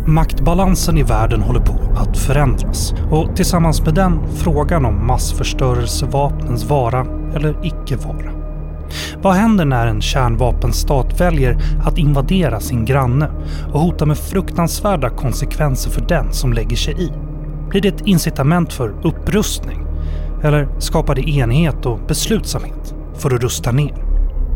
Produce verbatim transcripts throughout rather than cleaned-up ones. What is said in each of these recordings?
Maktbalansen i världen håller på att förändras och tillsammans med den frågan om massförstörelsevapnens vara eller icke vara. Vad händer när en kärnvapenstat väljer att invadera sin granne och hota med fruktansvärda konsekvenser för den som lägger sig i? Blir det ett incitament för upprustning? Eller skapar det enighet och beslutsamhet för att rusta ner?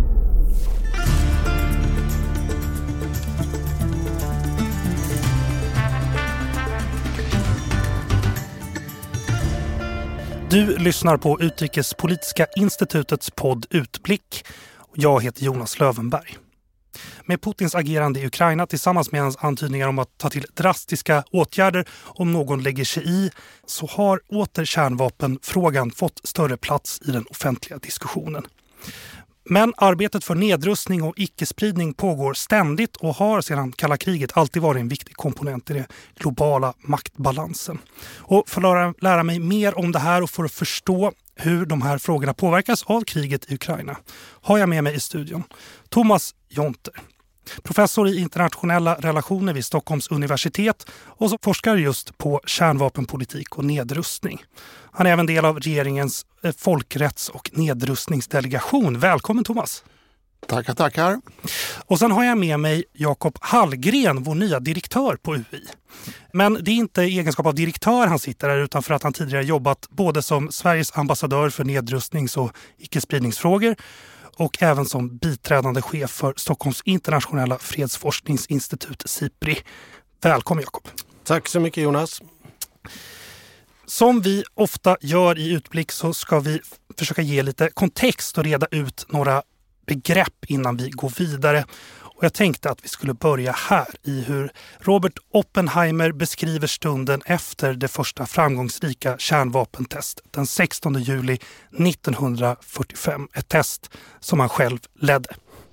Du lyssnar på Utrikespolitiska institutets podd Utblick. Jag heter Jonas Lövenberg. Med Putins agerande i Ukraina tillsammans med hans antydningar om att ta till drastiska åtgärder om någon lägger sig i, så har åter kärnvapenfrågan fått större plats i den offentliga diskussionen. Men arbetet för nedrustning och icke-spridning pågår ständigt och har sedan kalla kriget alltid varit en viktig komponent i den globala maktbalansen. Och för att lära, lära mig mer om det här och för att förstå hur de här frågorna påverkas av kriget i Ukraina har jag med mig i studion Thomas Jonter, professor i internationella relationer vid Stockholms universitet och som forskar just på kärnvapenpolitik och nedrustning. Han är även del av regeringens folkrätts- och nedrustningsdelegation. Välkommen Thomas! Tackar, tackar. Och sen har jag med mig Jakob Hallgren, vår nya direktör på U I. Men det är inte i egenskap av direktör han sitter här utan för att han tidigare jobbat både som Sveriges ambassadör för nedrustnings- och icke-spridningsfrågor och även som biträdande chef för Stockholms internationella fredsforskningsinstitut SIPRI. Välkommen Jakob. Tack så mycket Jonas. Som vi ofta gör i Utblick så ska vi försöka ge lite kontext och reda ut några begrepp innan vi går vidare. Och jag tänkte att vi skulle börja här i hur Robert Oppenheimer beskriver stunden efter det första framgångsrika kärnvapentest den sextonde juli nittonhundrafyrtiofem. Ett test som han själv ledde.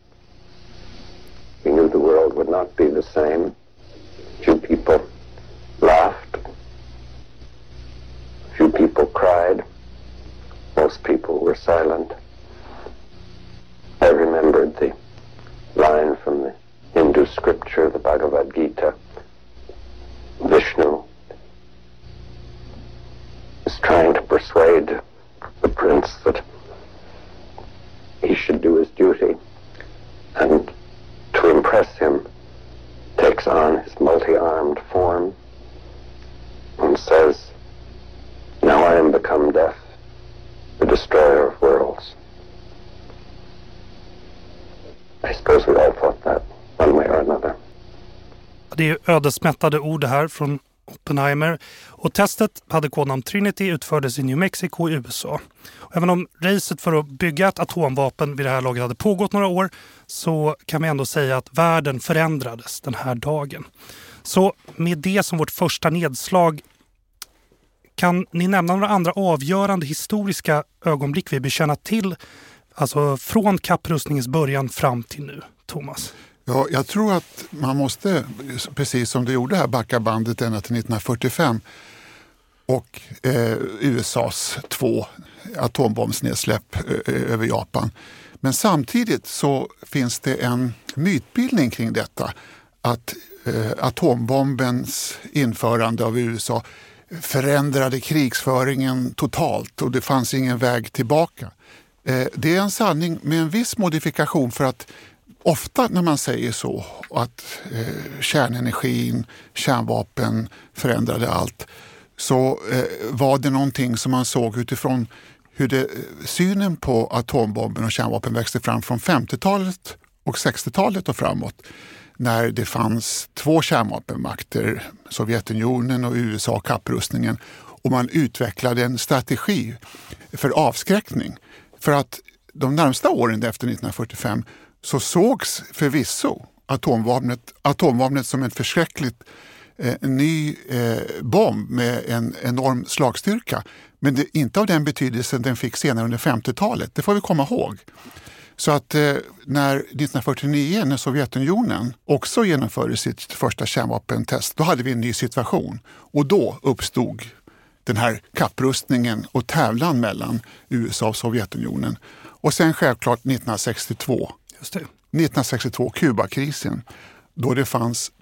We knew the world would not be the same. Few people laughed. Few people cried. Most people were silent. I remembered the line from the Hindu scripture, the Bhagavad Gita. Vishnu is trying to persuade the prince that he should do his duty, and to impress him takes on his multi-armed form and says, "Now I am become death, the destroyer of worlds." I suppose we all thought that one way or another. Det är ödesmättade ord här från Oppenheimer. Och testet hade kodnamn Trinity, utfördes i New Mexico i U S A. Och även om racet för att bygga ett atomvapen vid det här laget hade pågått några år så kan vi ändå säga att världen förändrades den här dagen. Så med det som vårt första nedslag, kan ni nämna några andra avgörande historiska ögonblick vi bekänna till, alltså från kapprustningens början fram till nu, Thomas? Ja, jag tror att man måste, precis som du gjorde här, backa bandet ända till nittonhundrafyrtiofem och eh, U S A:s två atombombsnedsläpp eh, över Japan. Men samtidigt så finns det en mytbildning kring detta, att eh, atombombens införande av U S A förändrade krigsföringen totalt och det fanns ingen väg tillbaka. Eh, det är en sanning med en viss modifikation, för att ofta när man säger så, att eh, kärnenergin, kärnvapen förändrade allt, så eh, var det någonting som man såg utifrån hur det, synen på atombomben och kärnvapen växte fram från femtiotalet och sextiotalet och framåt, när det fanns två kärnvapenmakter, Sovjetunionen och U S A, kapprustningen, och man utvecklade en strategi för avskräckning. För att de närmsta åren efter nittonhundrafyrtiofem så sågs förvisso atomvapnet, atomvapnet som en förskräckligt eh, ny eh, bomb med en enorm slagstyrka. Men det, inte av den betydelsen den fick senare under femtiotalet. Det får vi komma ihåg. Så att eh, när nittonhundrafyrtionio, när Sovjetunionen också genomförde sitt första kärnvapentest, då hade vi en ny situation. Och då uppstod den här kapprustningen och tävlan mellan U S A och Sovjetunionen. Och sen självklart nittonhundrasextiotvå. Just det. nittonhundrasextiotvå, Kubakrisen, då det fanns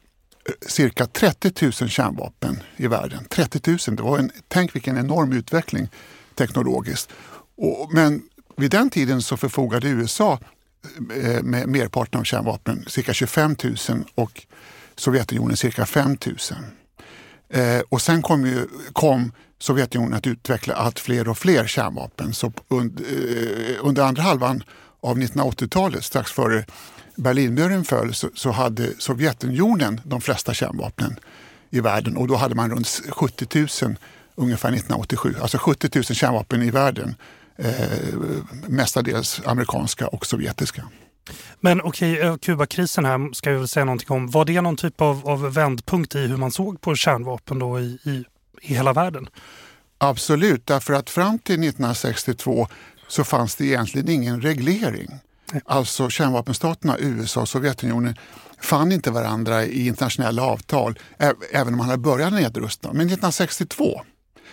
cirka trettio tusen kärnvapen i världen. trettio tusen, det var en, tänk vilken enorm utveckling teknologiskt. Och, men vid den tiden så förfogade U S A med merparten av kärnvapen, cirka tjugofem tusen, och Sovjetunionen cirka fem tusen. Eh, och sen kom, ju, kom Sovjetunionen att utveckla allt fler och fler kärnvapen. Så und, eh, under andra halvan av nittonhundraåttiotalet, strax före Berlinmuren föll, så, så hade Sovjetunionen de flesta kärnvapnen i världen. Och då hade man runt sjuttio tusen ungefär nittonhundraåttiosju. Alltså sjuttio tusen kärnvapen i världen. Eh, mestadels amerikanska och sovjetiska. Men okej, Kubakrisen här ska jag väl säga någonting om. Var det någon typ av, av vändpunkt i hur man såg på kärnvapen då i, i, i hela världen? Absolut, därför att fram till nittonhundrasextiotvå så fanns det egentligen ingen reglering. Nej. Alltså kärnvapenstaterna, U S A och Sovjetunionen, fann inte varandra i internationella avtal, ä- även om man hade börjat nedrusta. Men nittonhundrasextiotvå,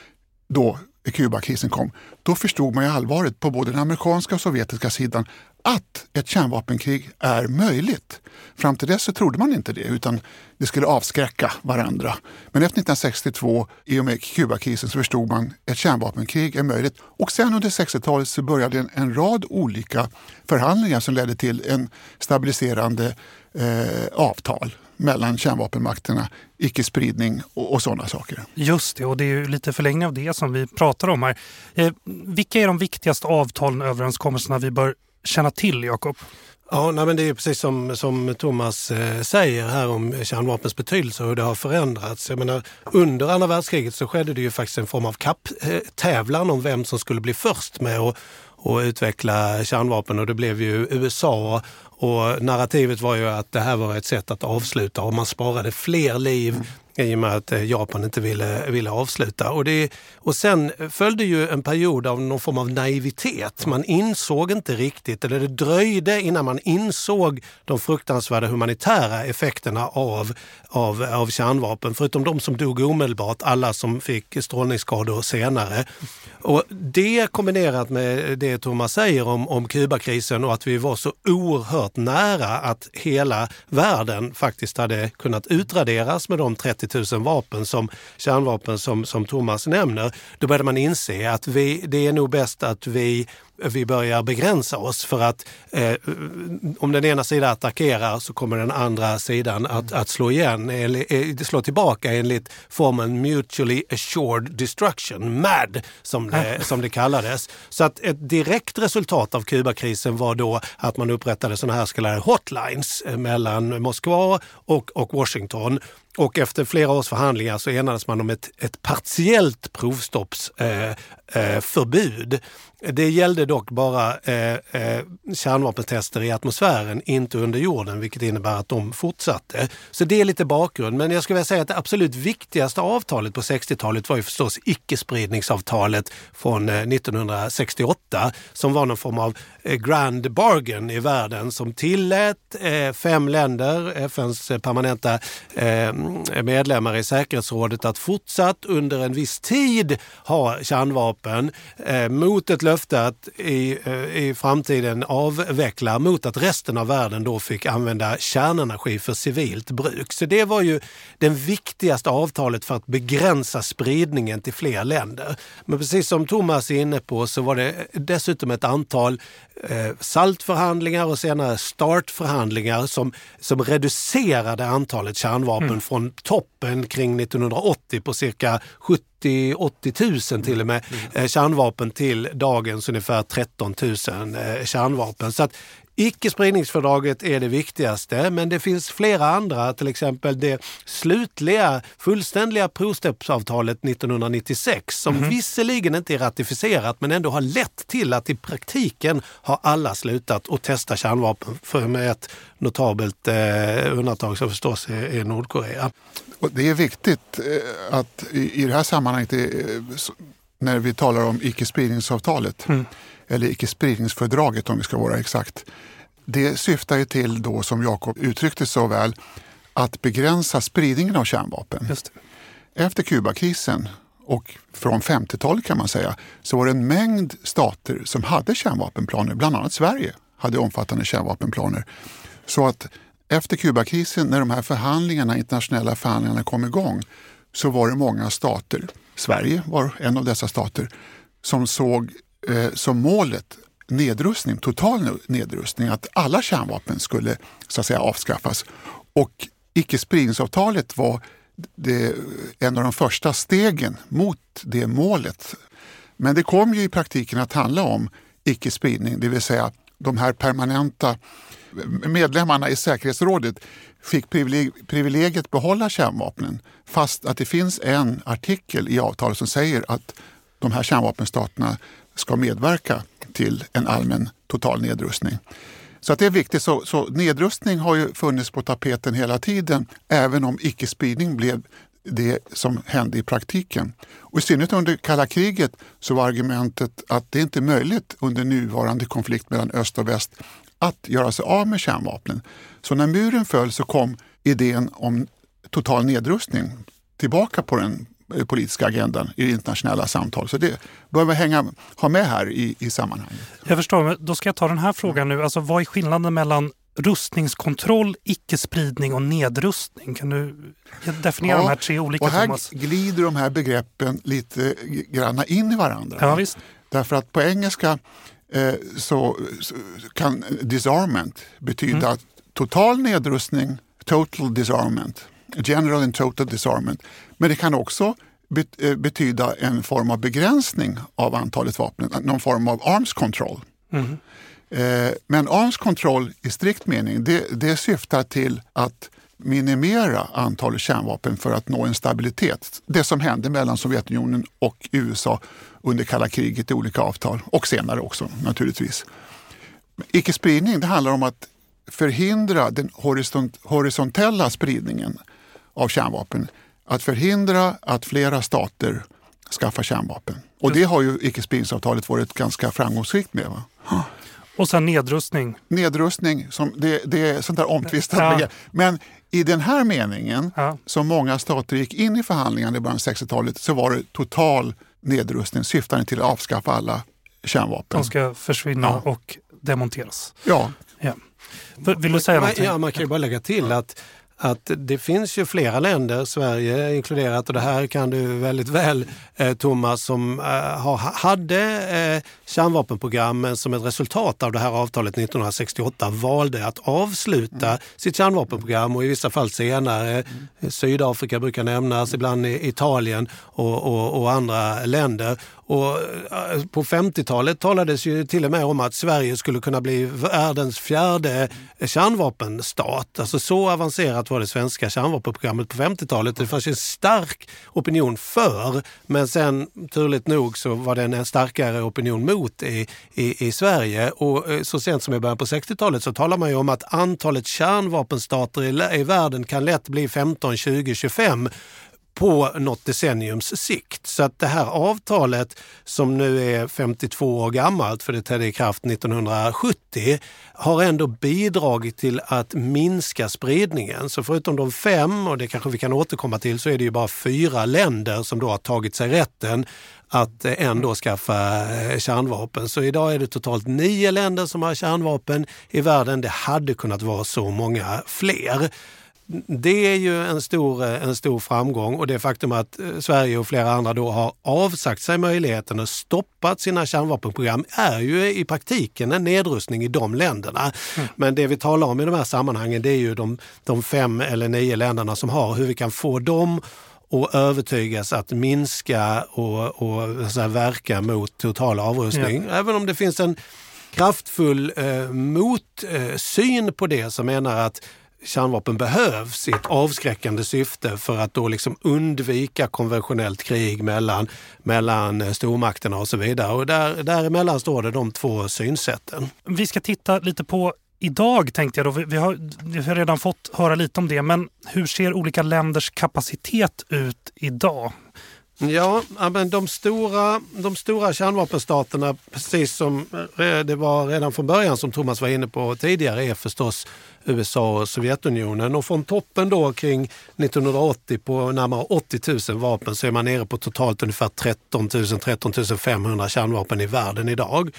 då Kubakrisen kom, då förstod man ju allvaret på både den amerikanska och sovjetiska sidan att ett kärnvapenkrig är möjligt. Fram till dess så trodde man inte det, utan det skulle avskräcka varandra. Men efter nittonhundrasextiotvå, i och med Kubakrisen, så förstod man att ett kärnvapenkrig är möjligt. Och sen under sextiotalet så började en, en rad olika förhandlingar som ledde till en stabiliserande eh, avtal mellan kärnvapenmakterna, icke-spridning och, och sådana saker. Just det, och det är ju lite förlängning av det som vi pratar om här. Eh, vilka är de viktigaste avtalen och överenskommelserna vi bör känna till, Jakob? Ja, nej, men det är precis som, som Thomas eh, säger här om kärnvapens betydelse och hur det har förändrats. Jag menar, under andra världskriget så skedde det ju faktiskt en form av kapptävlan om vem som skulle bli först med att och utveckla kärnvapen, och det blev ju U S A, och narrativet var ju att det här var ett sätt att avsluta, och man sparade fler liv mm. i och med att Japan inte ville, ville avsluta. Och, det, och sen följde ju en period av någon form av naivitet. Man insåg inte riktigt, eller det dröjde innan man insåg de fruktansvärda humanitära effekterna av, av, av kärnvapen. Förutom de som dog omedelbart, alla som fick strålningsskador senare. Och det kombinerat med det Thomas säger om, om Kubakrisen och att vi var så oerhört nära att hela världen faktiskt hade kunnat utraderas med de trettio tusen vapen som kärnvapen som, som Thomas nämner, då började man inse att vi, det är nog bäst att vi vi börjar begränsa oss, för att eh, om den ena sidan attackerar så kommer den andra sidan att, att slå igen, eller slå tillbaka enligt formen mutually assured destruction, M A D som det, som det kallades. Så att ett direkt resultat av Kubakrisen var då att man upprättade sådana här så kallade hotlines mellan Moskva och, och Washington. Och efter flera års förhandlingar så enades man om ett, ett partiellt provstoppsförbud. Eh, eh, det gällde dock bara eh, eh, kärnvapentester i atmosfären, inte under jorden, vilket innebär att de fortsatte. Så det är lite bakgrund. Men jag skulle vilja säga att det absolut viktigaste avtalet på sextiotalet var ju förstås icke-spridningsavtalet från eh, nittonhundrasextioåtta, som var någon form av eh, grand bargain i världen som tillät eh, fem länder, F N:s permanenta eh, medlemmar i säkerhetsrådet, att fortsatt under en viss tid ha kärnvapen eh, mot ett löfte att i, eh, i framtiden avveckla, mot att resten av världen då fick använda kärnenergi för civilt bruk. Så det var ju det viktigaste avtalet för att begränsa spridningen till fler länder. Men precis som Thomas är inne på så var det dessutom ett antal eh, saltförhandlingar och senare startförhandlingar som, som reducerade antalet kärnvapen mm. från toppen kring nittonhundraåttio på cirka sjuttio till åttio tusen till och med eh, kärnvapen till dagens ungefär tretton tusen eh, kärnvapen. Så att icke-spridningsfördraget är det viktigaste, men det finns flera andra, till exempel det slutliga, fullständiga provstoppsavtalet nittonhundranittiosex som mm. visserligen inte är ratificerat men ändå har lett till att i praktiken har alla slutat att testa kärnvapen, för med ett notabelt eh, undantag som förstås är, är Nordkorea. Och det är viktigt eh, att i, i det här sammanhanget, eh, när vi talar om icke-spridningsavtalet mm. eller icke-spridningsfördraget om vi ska vara exakt, det syftar ju till då, som Jakob uttryckte så väl, att begränsa spridningen av kärnvapen. Just det. Efter Kubakrisen och från femtiotalet kan man säga, så var det en mängd stater som hade kärnvapenplaner, bland annat Sverige hade omfattande kärnvapenplaner. Så att efter Kubakrisen, när de här förhandlingarna, internationella förhandlingarna kom igång, så var det många stater, Sverige var en av dessa stater, som såg eh, som målet nedrustning, total nedrustning, att alla kärnvapen skulle så att säga avskaffas. Och icke-spridningsavtalet var det, en av de första stegen mot det målet. Men det kom ju i praktiken att handla om icke-spridning, det vill säga de här permanenta medlemmarna i säkerhetsrådet fick privileg- privilegiet behålla kärnvapnen, fast att det finns en artikel i avtalet som säger att de här kärnvapenstaterna ska medverka till en allmän total nedrustning. Så att det är viktigt. Så, så nedrustning har ju funnits på tapeten hela tiden, även om icke-spridning blev det som hände i praktiken. Och i synnerhet under kalla kriget så var argumentet att det inte är möjligt under nuvarande konflikt mellan öst och väst att göra sig av med kärnvapnen. Så när muren föll så kom idén om total nedrustning tillbaka på den politiska agendan i internationella samtal. Så det bör vi hänga, ha med här i, i sammanhanget. Jag förstår, men då ska jag ta den här frågan nu. Alltså, vad är skillnaden mellan rustningskontroll, icke-spridning och nedrustning? Kan du definiera ja, de här tre olika? Och här Thomas? glider de här begreppen lite granna in i varandra. Ja, visst. Därför att på engelska eh, så, så kan disarmament betyda mm. total nedrustning, total disarmament, general and total disarmament. Men det kan också betyda en form av begränsning av antalet vapen, någon form av arms control. Mm. Men arms control i strikt mening, det, det syftar till att minimera antalet kärnvapen för att nå en stabilitet. Det som hände mellan Sovjetunionen och U S A under kalla kriget i olika avtal, och senare också naturligtvis. Icke-spridning, det handlar om att förhindra den horisont- horisontella spridningen av kärnvapen. Att förhindra att flera stater skaffar kärnvapen. Och det har ju icke-spridningsavtalet varit ganska framgångsrikt med. Va? Och sen nedrustning. Nedrustning, som det, det är sånt där omtvistat. Ja. Men i den här meningen, ja. som många stater gick in i förhandlingarna i början av sextiotalet, så var det total nedrustning syftande till att avskaffa alla kärnvapen. De ska försvinna ja. och demonteras. Ja. ja. Vill du säga någonting? Ja, man kan ju bara lägga till att att det finns ju flera länder, Sverige inkluderat, och det här kan du väldigt väl, eh, Thomas, som eh, har, hade eh, kärnvapenprogrammen som ett resultat av det här avtalet nittonhundrasextioåtta valde att avsluta mm. sitt kärnvapenprogram, och i vissa fall senare, mm. Sydafrika brukar nämnas, ibland Italien och, och, och andra länder. Och på femtiotalet talades ju till och med om att Sverige skulle kunna bli världens fjärde kärnvapenstat. Alltså så avancerat var det svenska kärnvapenprogrammet på femtiotalet. Det fanns ju en stark opinion för, men sen turligt nog så var det en starkare opinion mot i, i, i Sverige. Och så sent som i början på sextiotalet så talar man ju om att antalet kärnvapenstater i, i världen kan lätt bli femton, tjugo, tjugofem på något decenniums sikt. Så att det här avtalet som nu är femtiotvå år gammalt, för det trädde i kraft nittonhundrasjuttio, har ändå bidragit till att minska spridningen. Så förutom de fem, och det kanske vi kan återkomma till, så är det ju bara fyra länder som då har tagit sig rätten att ändå skaffa kärnvapen. Så idag är det totalt nio länder som har kärnvapen i världen. Det hade kunnat vara så många fler. Det är ju en stor, en stor framgång, och det faktum att Sverige och flera andra då har avsagt sig möjligheten och stoppat sina kärnvapenprogram är ju i praktiken en nedrustning i de länderna. Mm. Men det vi talar om i de här sammanhangen, det är ju de, de fem eller nio länderna som har, hur vi kan få dem och övertygas att minska och, och så här, verka mot total avrustning. Ja. Även om det finns en kraftfull eh, motsyn eh, på det som menar att kärnvapen behövs i ett avskräckande syfte för att då liksom undvika konventionellt krig mellan, mellan stormakterna och så vidare. Och där, däremellan står det de två synsätten. Vi ska titta lite på idag, tänkte jag då. Vi, vi, har, vi har redan fått höra lite om det, men hur ser olika länders kapacitet ut idag? Ja, men de stora, de stora kärnvapenstaterna, precis som det var redan från början som Thomas var inne på tidigare, är förstås U S A och Sovjetunionen. Och från toppen då kring nittonhundraåttio på närmare åttio tusen vapen så är man nere på totalt ungefär tretton tusen till tretton tusen femhundra kärnvapen i världen idag.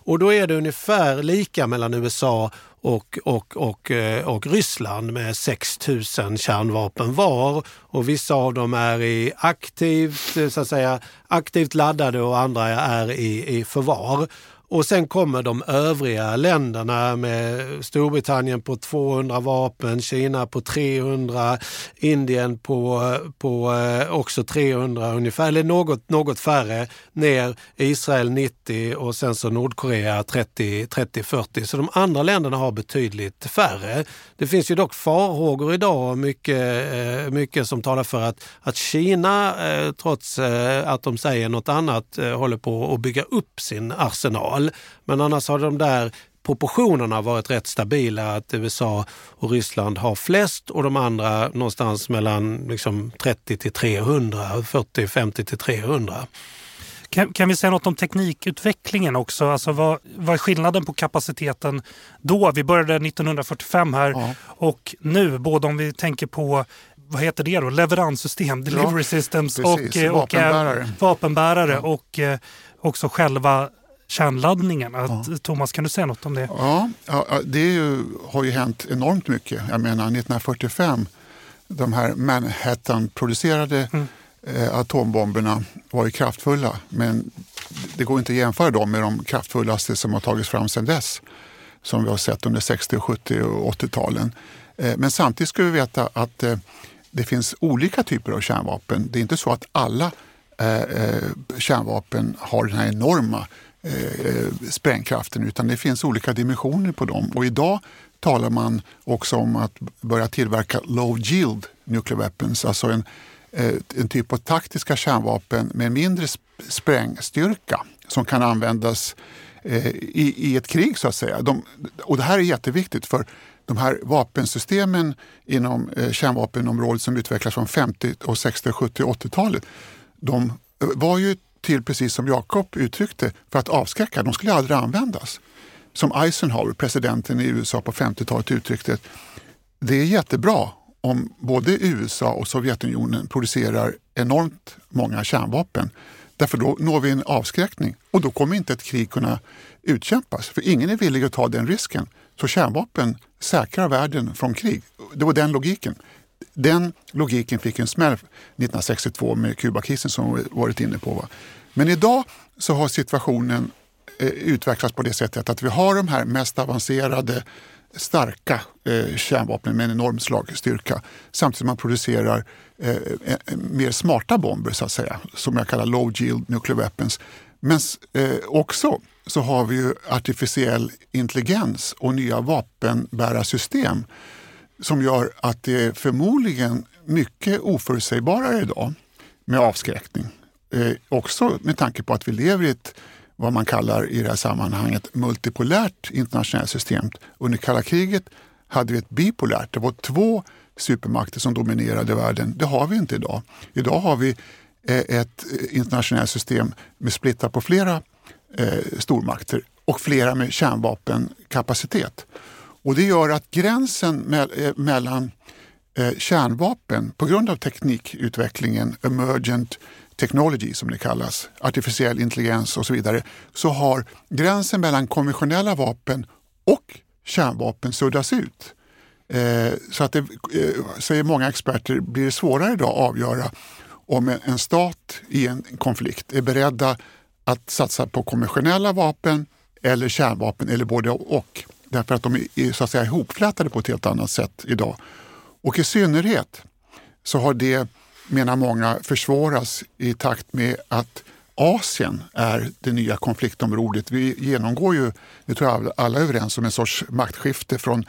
Och då är det ungefär lika mellan U S A och, och, och, och Ryssland med sex tusen kärnvapen var. Och vissa av dem är i aktivt, så att säga, aktivt laddade och andra är i, i förvar. Och sen kommer de övriga länderna med Storbritannien på tvåhundra vapen, Kina på trehundra, Indien på, på också trehundra ungefär, eller något, något färre, ner Israel nittio och sen så Nordkorea trettio till fyrtio. Så de andra länderna har betydligt färre. Det finns ju dock farhågor idag, mycket, mycket som talar för att, att Kina, trots att de säger något annat, håller på att bygga upp sin arsenal. Men annars har de där proportionerna varit rätt stabila, att U S A och Ryssland har flest och de andra någonstans mellan liksom trettio till trehundra, fyrtio femtio till trehundra. Kan, kan vi säga något om teknikutvecklingen också? Alltså vad, vad är skillnaden på kapaciteten då? Vi började nittonhundrafyrtiofem här ja. Och nu, både om vi tänker på vad heter det då? Leveranssystem, delivery ja, systems precis. och, vapenbärare, och, vapenbärare ja. och eh, också själva kärnladdningen. Att, ja. Thomas, kan du säga något om det? Ja, ja det är ju, har ju hänt enormt mycket. Jag menar nittonhundrafyrtiofem, de här Manhattan-producerade mm. eh, atombomberna var ju kraftfulla. Men det går inte att jämföra dem med de kraftfullaste som har tagits fram sedan dess. Som vi har sett under sextio-, sjuttio- och åttio-talen. Eh, men samtidigt ska vi veta att eh, det finns olika typer av kärnvapen. Det är inte så att alla eh, eh, kärnvapen har den här enorma Eh, sprängkraften, utan det finns olika dimensioner på dem. Och idag talar man också om att börja tillverka low yield nuclear weapons, alltså en, eh, en typ av taktiska kärnvapen med mindre sprängstyrka som kan användas eh, i, i ett krig så att säga. De, och det här är jätteviktigt för de här vapensystemen inom eh, kärnvapenområdet som utvecklas från femtio- och sextio-, sjuttio- och åttio-talet, de var ju till, precis som Jakob uttryckte, för att avskräcka. De skulle aldrig användas. Som Eisenhower, presidenten i U S A på femtiotalet, uttryckte, det är jättebra om både U S A och Sovjetunionen producerar enormt många kärnvapen. Därför då når vi en avskräckning och då kommer inte ett krig kunna utkämpas. För ingen är villig att ta den risken. Så kärnvapen säkrar världen från krig. Det var den logiken. Den logiken fick en smäll nittonhundrasextiotvå med Kubakrisen som vi varit inne på. Va? Men idag så har situationen eh, utvecklats på det sättet att vi har de här mest avancerade, starka eh, kärnvapen med en enorm slagstyrka. Samtidigt som man producerar eh, mer smarta bomber så att säga, som jag kallar low yield nuclear weapons. Men eh, också så har vi ju artificiell intelligens och nya vapenbärarsystem som gör att det är förmodligen mycket oförutsägbarare idag med avskräckning. Eh, också med tanke på att vi lever i ett, vad man kallar i det här sammanhanget, multipolärt internationellt system. Under kalla kriget hade vi ett bipolärt. Det var två supermakter som dominerade världen. Det har vi inte idag. Idag har vi eh, ett internationellt system med splittar på flera eh, stormakter och flera med kärnvapenkapacitet. Och det gör att gränsen me- mellan eh, kärnvapen på grund av teknikutvecklingen, emergent technology som det kallas, artificiell intelligens och så vidare, så har gränsen mellan konventionella vapen och kärnvapen suddas ut. Eh, så att det, eh, säger många experter, blir det svårare idag att avgöra om en, en stat i en konflikt är beredda att satsa på konventionella vapen eller kärnvapen eller både och. Därför att de är så att säga ihopflätade på ett helt annat sätt idag. Och i synnerhet så har det, menar många, försvåras i takt med att Asien är det nya konfliktområdet. Vi genomgår ju, det tror jag alla är överens om, en sorts maktskifte från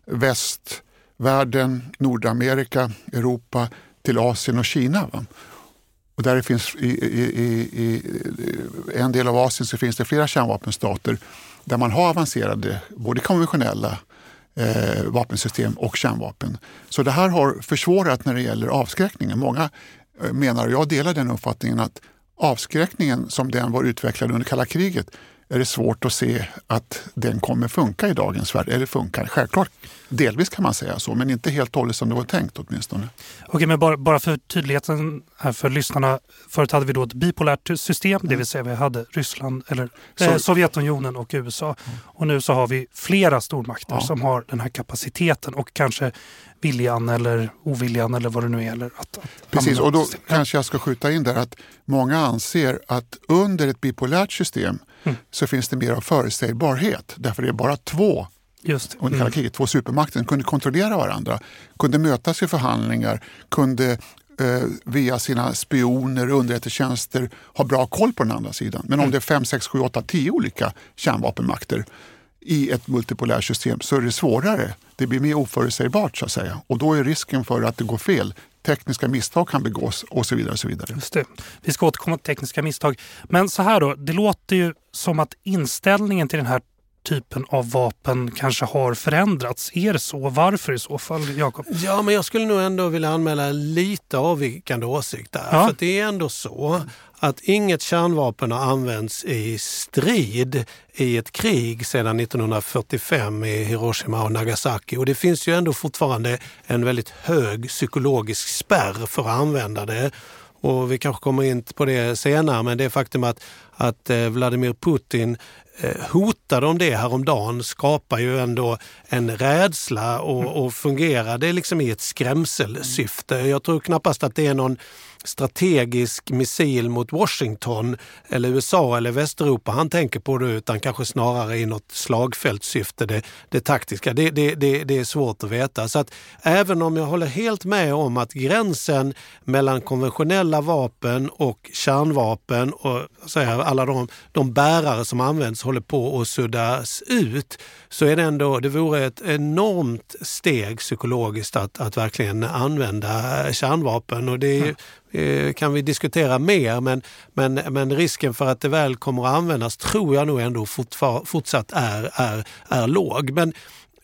västvärlden, Nordamerika, Europa till Asien och Kina. Va? Och där det finns i, i, i, i en del av Asien så finns det flera kärnvapenstater där man har avancerade både konventionella eh, vapensystem och kärnvapen. Så det här har försvårat när det gäller avskräckningen. Många eh, menar, och jag delar den uppfattningen, att avskräckningen som den var utvecklad under kalla kriget är det svårt att se att den kommer funka i dagens värld. Eller funkar. Självklart, delvis kan man säga så, men inte helt hållet som det var tänkt åtminstone. Okej, men bara, bara för tydligheten här för lyssnarna. Förut hade vi då ett bipolärt system, mm. det vill säga vi hade Ryssland, eller eh, Sovjetunionen och U S A. Mm. Och nu så har vi flera stormakter ja. som har den här kapaciteten och kanske viljan eller oviljan eller vad det nu är. Eller att, att Precis, och då kanske jag ska skjuta in där att många anser att under ett bipolärt system mm. så finns det mer av förutsägbarhet. Därför det är bara två Just under kalla kriget, två supermakter kunde kontrollera varandra, kunde mötas i förhandlingar, kunde eh, via sina spioner och underrättelsetjänster ha bra koll på den andra sidan. Men om mm. det är fem, sex, sju, åtta, tio olika kärnvapenmakter i ett multipolärt system så är det svårare. Det blir mer oförutsägbart så att säga. Och då är risken för att det går fel. Tekniska misstag kan begås och så vidare. Och så vidare. Just det. Vi ska återkomma till tekniska misstag. Men så här då, det låter ju som att inställningen till den här typen av vapen kanske har förändrats. Är det så? Varför i så fall, Jakob? Ja, men jag skulle nog ändå vilja anmäla lite avvikande åsikt där. Ja. För det är ändå så att inget kärnvapen har använts i strid i ett krig sedan nittonhundrafyrtiofem i Hiroshima och Nagasaki. Och det finns ju ändå fortfarande en väldigt hög psykologisk spärr för att använda det. Och vi kanske kommer in på det senare, men det är faktum att, att Vladimir Putin hotade om det häromdagen skapar ju ändå en rädsla och, och fungerar det liksom i ett skrämselsyfte. Jag tror knappast att det är någon strategisk missil mot Washington eller U S A eller Västeuropa han tänker på det, utan kanske snarare i något slagfältssyfte, det, det taktiska. Det, det, det, det är svårt att veta. Så att även om jag håller helt med om att gränsen mellan konventionella vapen och kärnvapen och så här, alla de, de bärare som används håller på att suddas ut, så är det ändå, det vore ett enormt steg psykologiskt att, att verkligen använda kärnvapen, och det är kan vi diskutera mer, men, men, men risken för att det väl kommer att användas tror jag nog ändå fortfar- fortsatt är, är, är låg. Men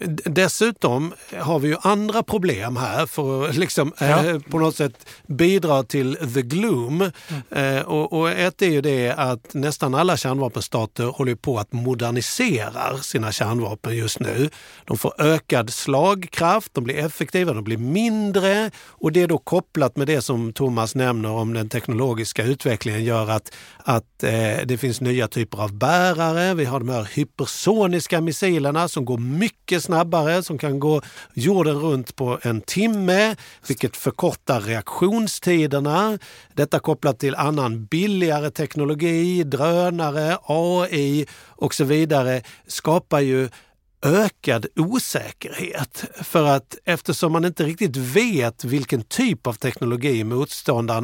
dessutom har vi ju andra problem här för att liksom, ja. eh, på något sätt bidra till the gloom. Mm. Eh, och, och ett är ju det att nästan alla kärnvapenstater håller på att modernisera sina kärnvapen just nu. De får ökad slagkraft, de blir effektiva, de blir mindre, och det är då kopplat med det som Thomas nämner om den teknologiska utvecklingen gör att, att eh, det finns nya typer av bärare. Vi har de här hypersoniska missilerna som går mycket snabbare, som kan gå jorden runt på en timme, vilket förkortar reaktionstiderna. Detta kopplat till annan billigare teknologi, drönare, A I och så vidare skapar ju ökad osäkerhet, för att eftersom man inte riktigt vet vilken typ av teknologi motståndaren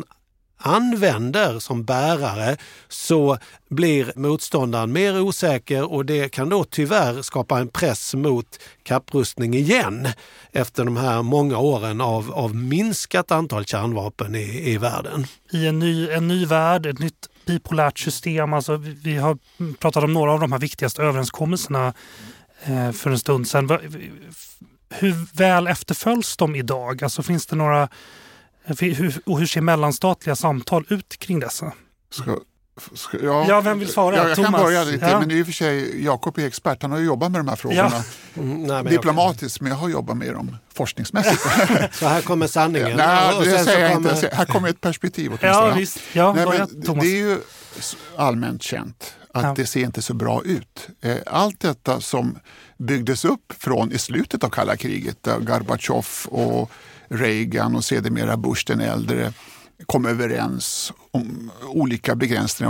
använder som bärare, så blir motståndaren mer osäker, och det kan då tyvärr skapa en press mot kapprustning igen efter de här många åren av, av minskat antal kärnvapen i, i världen. I en ny, en ny värld, ett nytt bipolärt system, alltså vi, vi har pratat om några av de här viktigaste överenskommelserna eh, för en stund sedan. Hur väl efterföljs de idag? Alltså finns det några Hur, och hur ser mellanstatliga samtal ut kring dessa? Ska, ska, ja, ja, vem vill svara? Ja, jag Thomas. kan börja lite, ja. men i och för sig, Jakob är expert, han har ju jobbat med de här frågorna. Ja. Mm, nej, men diplomatiskt, men jag har jobbat med dem forskningsmässigt. Så här kommer sanningen. Ja, nej, det säger jag kommer... inte. Här kommer ett perspektiv åtminstone. Ja, visst. Ja, nej, börja, men det är ju allmänt känt att ja. det ser inte så bra ut. Allt detta som byggdes upp från i slutet av kalla kriget, där Gorbatjov och Reagan och sedermera Bush den äldre kom överens om olika begränsningar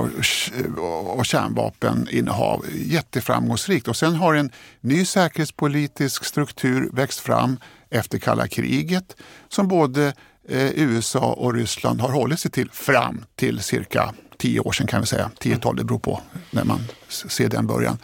och kärnvapeninnehav. Jätteframgångsrikt. Och sen har en ny säkerhetspolitisk struktur växt fram efter kalla kriget som både U S A och Ryssland har hållit sig till fram till cirka tio år sedan, kan vi säga. tio-tolv, det beror på när man ser den början.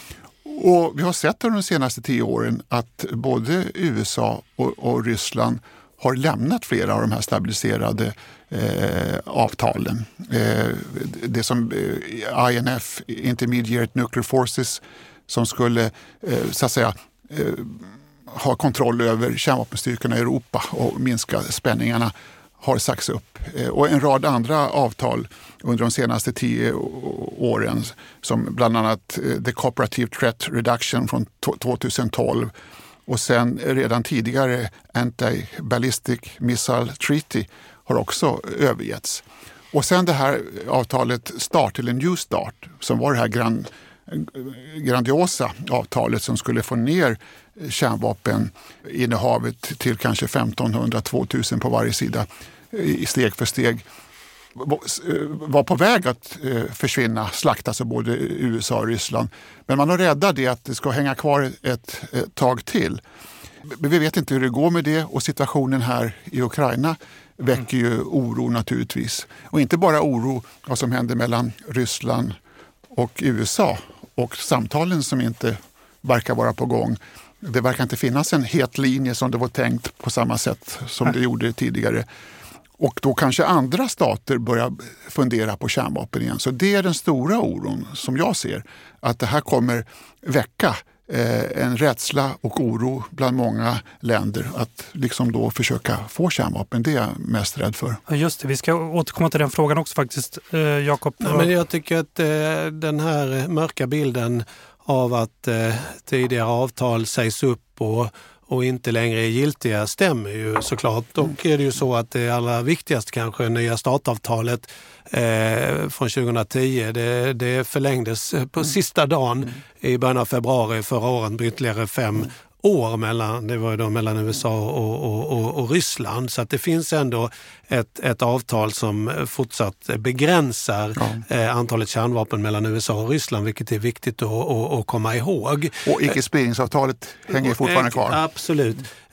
Och vi har sett under de senaste tio åren att både U S A och, och Ryssland har lämnat flera av de här stabiliserade eh, avtalen. Eh, det som eh, I N F, Intermediate Nuclear Forces, som skulle eh, så att säga eh, ha kontroll över kärnvapenstyrkorna i Europa och minska spänningarna, har sagts upp. Och en rad andra avtal under de senaste tio åren, som bland annat The Cooperative Threat Reduction från tjugohundratolv och sen redan tidigare Anti-Ballistic Missile Treaty har också övergetts. Och sen det här avtalet Start eller New Start, som var det här grand, grandiosa avtalet som skulle få ner kärnvapeninnehavet till kanske femtonhundra till tvåtusen på varje sida i steg för steg, var på väg att försvinna, slaktas av både U S A och Ryssland. Men man har räddat det att det ska hänga kvar ett, ett tag till. Vi vet inte hur det går med det, och situationen här i Ukraina väcker ju oro naturligtvis. Och inte bara oro vad som händer mellan Ryssland och U S A och samtalen som inte verkar vara på gång. Det verkar inte finnas en het linje som det var tänkt på samma sätt som det gjorde tidigare. Och då kanske andra stater börjar fundera på kärnvapen igen. Så det är den stora oron som jag ser. Att det här kommer väcka eh, en rädsla och oro bland många länder. Att liksom då försöka få kärnvapen, det är jag mest rädd för. Ja, just det, vi ska återkomma till den frågan också faktiskt, eh, Jakob. Ja, men jag tycker att eh, den här mörka bilden av att eh, tidigare avtal sägs upp och och inte längre är giltiga stämmer ju såklart. Dock är det ju så att det allra viktigaste kanske nya startavtalet eh, från tjugohundratio, det, det förlängdes på sista dagen i början av februari förra året på ytterligare fem år mellan, det var ju då mellan U S A och, och, och, och Ryssland. Så att det finns ändå ett, ett avtal som fortsatt begränsar ja. eh, antalet kärnvapen mellan U S A och Ryssland, vilket är viktigt att, att, att komma ihåg. Och icke-spridningsavtalet hänger fortfarande kvar. Absolut.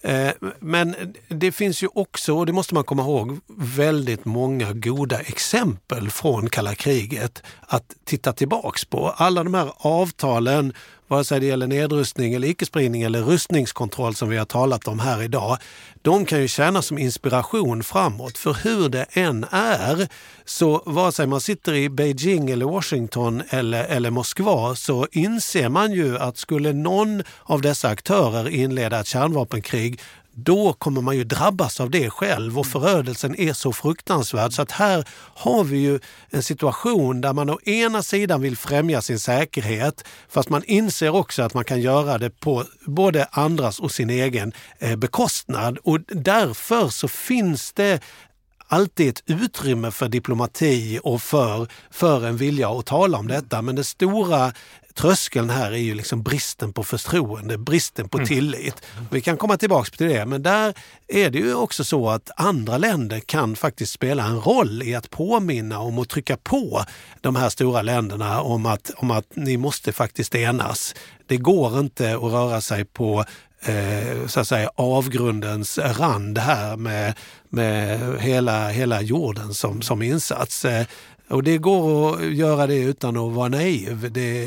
Men det finns ju också, och det måste man komma ihåg, väldigt många goda exempel från kalla kriget att titta tillbaks på. Alla de här avtalen, vare sig det gäller nedrustning eller icke-spridning eller rustningskontroll som vi har talat om här idag, de kan ju tjäna som inspiration framåt. För hur det än är, så vare sig man sitter i Beijing eller Washington eller, eller Moskva, så inser man ju att skulle någon av dessa aktörer inleda ett kärnvapenkrig, då kommer man ju drabbas av det själv, och förödelsen är så fruktansvärd. Så att här har vi ju en situation där man å ena sidan vill främja sin säkerhet, fast man inser också att man kan göra det på både andras och sin egen eh, bekostnad. Och därför så finns det alltid ett utrymme för diplomati och för, för en vilja att tala om detta. Men det stora tröskeln här är ju liksom bristen på förtroende, bristen på tillit. Vi kan komma tillbaka till det, men där är det ju också så att andra länder kan faktiskt spela en roll i att påminna om och trycka på de här stora länderna om att, om att ni måste faktiskt enas. Det går inte att röra sig på Eh, så att säga avgrundens rand här med, med hela, hela jorden som, som insats. Eh, och det går att göra det utan att vara naiv. Det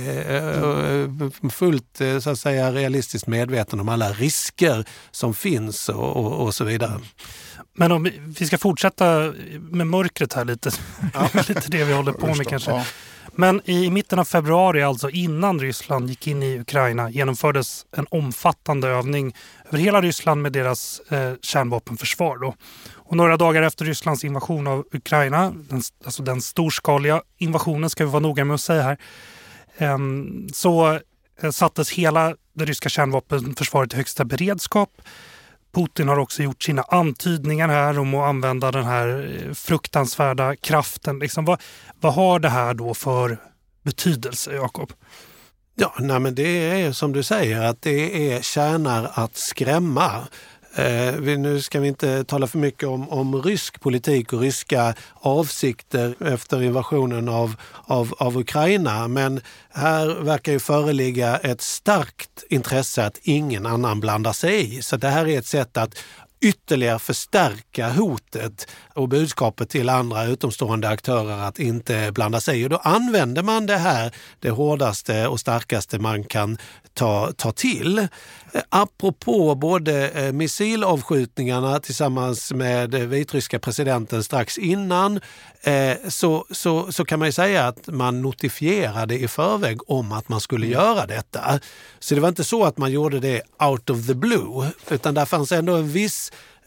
är fullt så att säga realistiskt medveten om alla risker som finns och, och, och så vidare. Men om vi, vi ska fortsätta med mörkret här lite. Ja. Lite det vi håller på med kanske. Ja. Men i mitten av februari, alltså innan Ryssland gick in i Ukraina, genomfördes en omfattande övning över hela Ryssland med deras eh, kärnvapenförsvar. Då. Och några dagar efter Rysslands invasion av Ukraina, den, alltså den storskaliga invasionen ska vi vara noga med att säga här, eh, så eh, sattes hela det ryska kärnvapenförsvaret i högsta beredskap. Putin har också gjort sina antydningar här om att använda den här fruktansvärda kraften. Liksom, vad, vad har det här då för betydelse, Jakob? Ja, nej, men det är som du säger att det är tjänar att skrämma. Eh, vi, nu ska vi inte tala för mycket om, om rysk politik och ryska avsikter efter invasionen av, av, av Ukraina, men här verkar ju föreligga ett starkt intresse att ingen annan blandar sig i. Så det här är ett sätt att ytterligare förstärka hotet och budskapet till andra utomstående aktörer att inte blanda sig. Och då använder man det här, det hårdaste och starkaste man kan ta, ta till. Apropå både eh, missilavskjutningarna tillsammans med vitryska presidenten strax innan, eh, så, så, så kan man ju säga att man notifierade i förväg om att man skulle göra detta. Så det var inte så att man gjorde det out of the blue, utan där fanns ändå en viss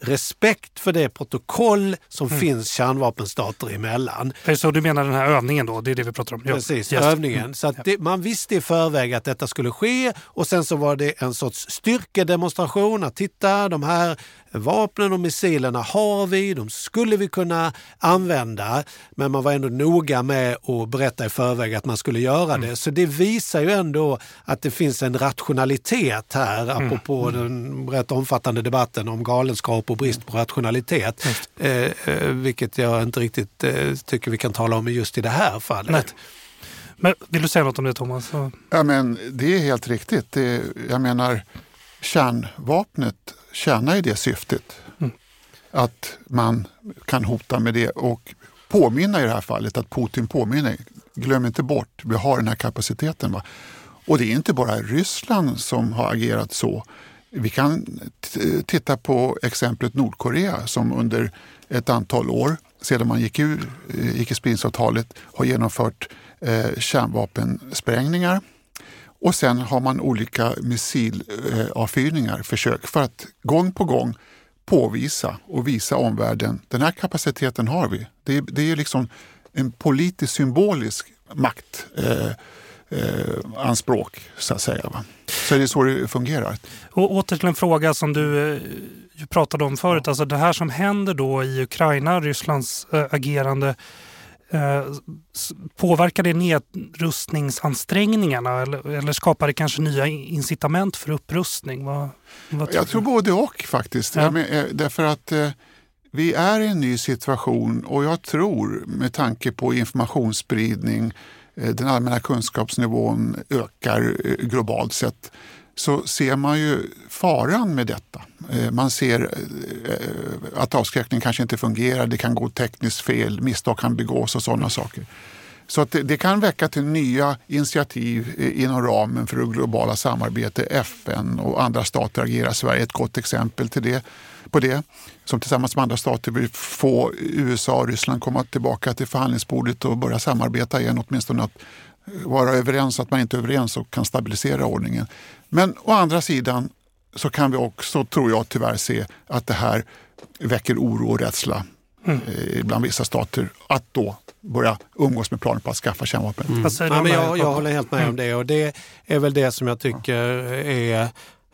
respekt för det protokoll som Mm. finns kärnvapenstater emellan. Så du menar den här övningen då, det är det vi pratar om? Ja. Precis, Yes. övningen. Mm. Så att det, man visste i förväg att detta skulle ske och sen så var det en sorts styrkedemonstration att titta, de här vapnen och missilerna har vi, de skulle vi kunna använda, men man var ändå noga med att berätta i förväg att man skulle göra det. Så det visar ju ändå att det finns en rationalitet här, apropå mm. den rätt omfattande debatten om galenskap och brist på rationalitet, eh, eh, vilket jag inte riktigt eh, tycker vi kan tala om just i det här fallet. Nej. Men vill du säga något om det, Thomas? Så... Ja, men det är helt riktigt. Det, jag menar, kärnvapnet tjänar ju det syftet. Mm. Att man kan hota med det och påminna i det här fallet, att Putin påminner. Glöm inte bort, vi har den här kapaciteten. Va? Och det är inte bara Ryssland som har agerat så. Vi kan t- titta på exemplet Nordkorea som under ett antal år sedan man gick ur eh, icke-spridningsavtalet har genomfört eh, kärnvapensprängningar. Och sen har man olika missilavfyrningar, eh, försök för att gång på gång påvisa och visa omvärlden, den här kapaciteten har vi. Det är, det är liksom en politisk symbolisk makt. Eh, Eh, anspråk så att säga. Va? Så det är så det fungerar. Och åter till en fråga som du eh, pratade om förut. Alltså det här som händer då i Ukraina, Rysslands eh, agerande, eh, påverkar det nedrustningsansträngningarna eller, eller skapar det kanske nya incitament för upprustning? Vad, vad tror Jag du? tror både och faktiskt. Ja. Ja, men, eh, därför att eh, vi är i en ny situation och jag tror med tanke på informationsspridning, den allmänna kunskapsnivån ökar globalt sett, så ser man ju faran med detta. Man ser att avskräckning kanske inte fungerar, det kan gå tekniskt fel, misstag kan begås och sådana saker. Så att det, det kan väcka till nya initiativ inom ramen för det globala samarbetet. F N och andra stater agerar. Sverige är ett gott exempel till det, på det. Som tillsammans med andra stater vill få U S A och Ryssland komma tillbaka till förhandlingsbordet och börja samarbeta igen. Åtminstone att vara överens, att man inte är överens och kan stabilisera ordningen. Men å andra sidan så kan vi också, tror jag tyvärr, se att det här väcker oro och rädsla mm. bland vissa stater att då börja umgås med planer på att skaffa kärnvapen. Mm. Alltså, ja, men jag, jag håller helt med mm. om det och det är väl det som jag tycker är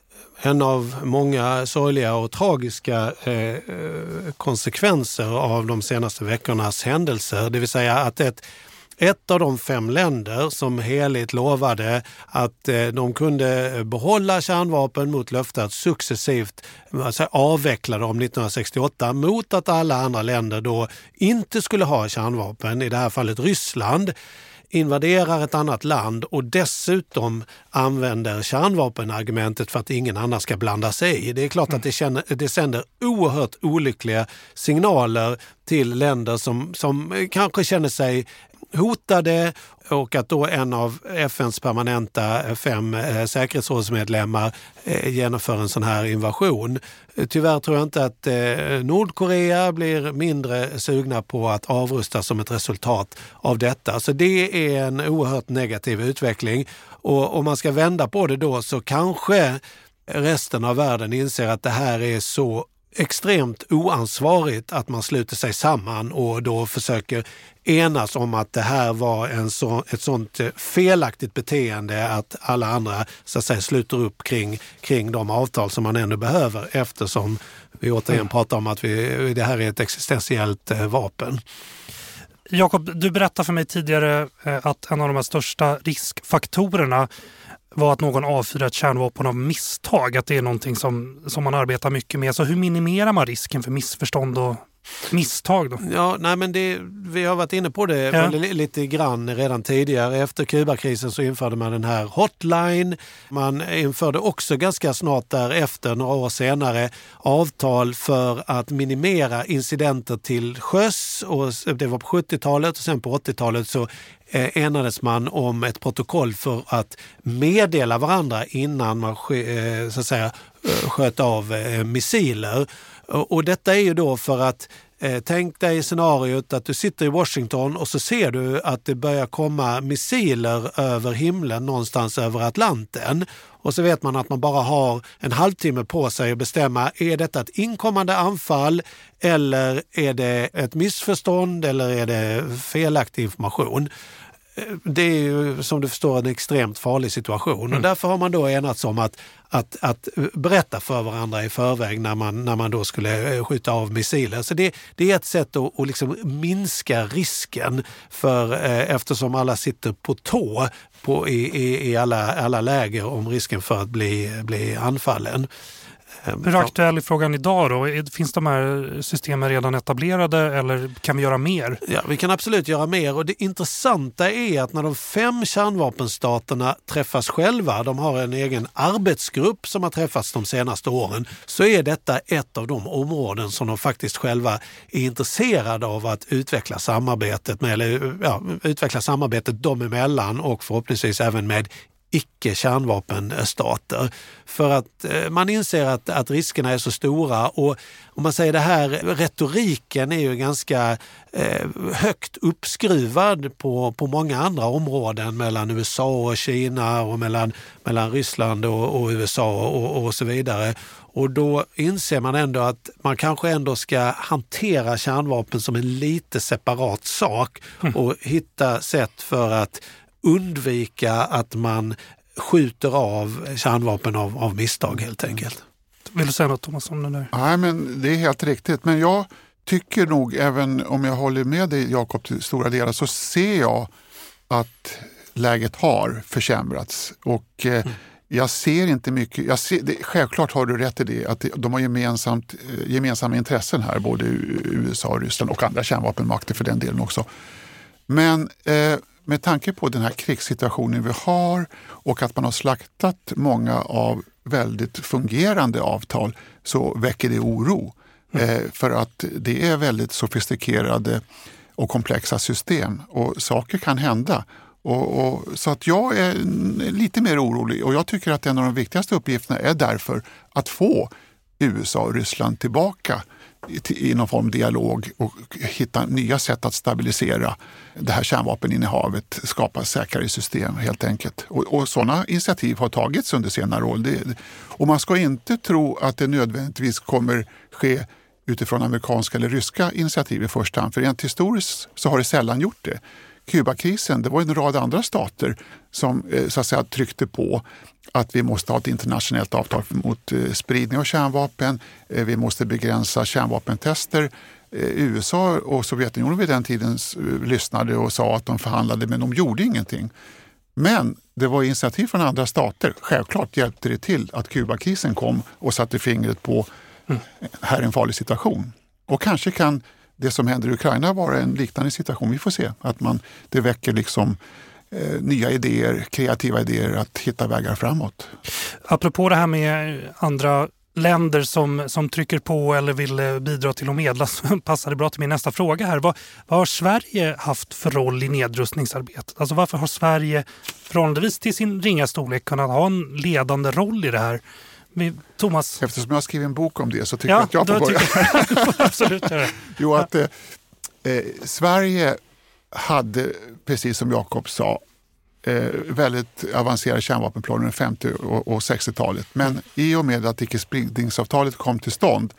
en av många sorgliga och tragiska eh, konsekvenser av de senaste veckornas händelser. Det vill säga att ett Ett av de fem länder som heligt lovade att eh, de kunde behålla kärnvapen mot löfte att successivt alltså, avveckla dem nittonhundrasextioåtta mot att alla andra länder då inte skulle ha kärnvapen, i det här fallet Ryssland, invaderar ett annat land och dessutom använder kärnvapenargumentet för att ingen annan ska blanda sig i. Det är klart att det, känner, det sänder oerhört olyckliga signaler till länder som, som kanske känner sig hotade och att då en av F N:s permanenta fem eh, säkerhetsrådsmedlemmar eh, genomför en sån här invasion. Tyvärr tror jag inte att eh, Nordkorea blir mindre sugna på att avrusta som ett resultat av detta. Så det är en oerhört negativ utveckling och om man ska vända på det då så kanske resten av världen inser att det här är så extremt oansvarigt att man sluter sig samman och då försöker enas om att det här var en så, ett sånt felaktigt beteende att alla andra så att säga sluter upp kring, kring de avtal som man ändå behöver eftersom vi återigen pratar om att vi, det här är ett existentiellt eh, vapen. Jakob, du berättade för mig tidigare eh, att en av de här största riskfaktorerna var att någon avfyrar ett kärnvapen av misstag, att det är någonting som, som man arbetar mycket med. Så hur minimerar man risken för missförstånd och misstag då? Ja, nej men det, vi har varit inne på det ja. lite grann redan tidigare. Efter Kubakrisen så införde man den här hotline. Man införde också ganska snart därefter, några år senare, avtal för att minimera incidenter till sjöss. Och det var på sjuttiotalet och sen på åttiotalet så enades man om ett protokoll för att meddela varandra innan man så att säga, sköt av missiler. Och detta är ju då för att Eh, tänk dig scenariot att du sitter i Washington och så ser du att det börjar komma missiler över himlen någonstans över Atlanten. Och så vet man att man bara har en halvtimme på sig att bestämma, är detta ett inkommande anfall eller är det ett missförstånd eller är det felaktig information? Det är ju som du förstår en extremt farlig situation mm. och därför har man då enats om att, att, att berätta för varandra i förväg när man, när man då skulle skjuta av missiler. Så det, det är ett sätt att, att liksom minska risken för eh, eftersom alla sitter på tå på, i, i, i alla, alla läger om risken för att bli, bli anfallen. Hur aktuell är frågan idag då? Finns de här systemen redan etablerade eller kan vi göra mer? Ja, vi kan absolut göra mer och det intressanta är att när de fem kärnvapenstaterna träffas själva, de har en egen arbetsgrupp som har träffats de senaste åren, så är detta ett av de områden som de faktiskt själva är intresserade av att utveckla samarbetet med, eller ja, utveckla samarbetet dem emellan och förhoppningsvis även med icke-kärnvapenstater. För att eh, man inser att, att riskerna är så stora och om man säger det här, retoriken är ju ganska eh, högt uppskruvad på, på många andra områden mellan U S A och Kina och mellan, mellan Ryssland och, och U S A och, och så vidare. Och då inser man ändå att man kanske ändå ska hantera kärnvapen som en lite separat sak mm. och hitta sätt för att undvika att man skjuter av kärnvapen av, av misstag helt enkelt. Vill du säga något, Thomas, om det där? Nej, men det är helt riktigt. Men jag tycker nog, även om jag håller med dig Jakob till stora delar, så ser jag att läget har försämrats. Och eh, mm. jag ser inte mycket, jag ser, det, självklart har du rätt i det, att de har gemensamt, gemensamma intressen här, både U S A och Ryssland och andra kärnvapenmakter för den delen också. Men eh, med tanke på den här krigssituationen vi har och att man har slaktat många av väldigt fungerande avtal så väcker det oro. Mm. Eh, för att det är väldigt sofistikerade och komplexa system och saker kan hända. Och, och, så att jag är lite mer orolig och jag tycker att en av de viktigaste uppgifterna är därför att få U S A och Ryssland tillbaka i någon form av dialog och hitta nya sätt att stabilisera det här kärnvapeninnehavet, skapa säkrare system helt enkelt. Och, och sådana initiativ har tagits under senare år. Det, och man ska inte tro att det nödvändigtvis kommer ske utifrån amerikanska eller ryska initiativ i första hand. För rent historiskt så har det sällan gjort det. Kubakrisen, det var en rad andra stater som så att säga tryckte på att vi måste ha ett internationellt avtal mot spridning av kärnvapen. Vi måste begränsa kärnvapentester. U S A och Sovjetunionen vid den tiden lyssnade och sa att de förhandlade, men de gjorde ingenting. Men det var initiativ från andra stater. Självklart hjälpte det till att Kubakrisen kom och satte fingret på mm. här är en farlig situation. Och kanske kan det som händer i Ukraina vara en liknande situation. Vi får se att man, det väcker liksom eh, nya idéer, kreativa idéer att hitta vägar framåt. Apropå det här med andra länder som, som trycker på eller vill bidra till att medla, så passar det bra till min nästa fråga här. Vad, vad har Sverige haft för roll i nedrustningsarbetet? Alltså varför har Sverige förhållandevis till sin ringa storlek kunnat ha en ledande roll i det här? Thomas? Eftersom jag har skrivit en bok om det så tycker ja, jag att jag får börja. Jag absolut göra. Jo, att eh, eh, Sverige hade, precis som Jakob sa, eh, väldigt avancerade kärnvapenplaner under femtio- och, och sextiotalet. Men i och med att icke-spridningsavtalet kom till stånd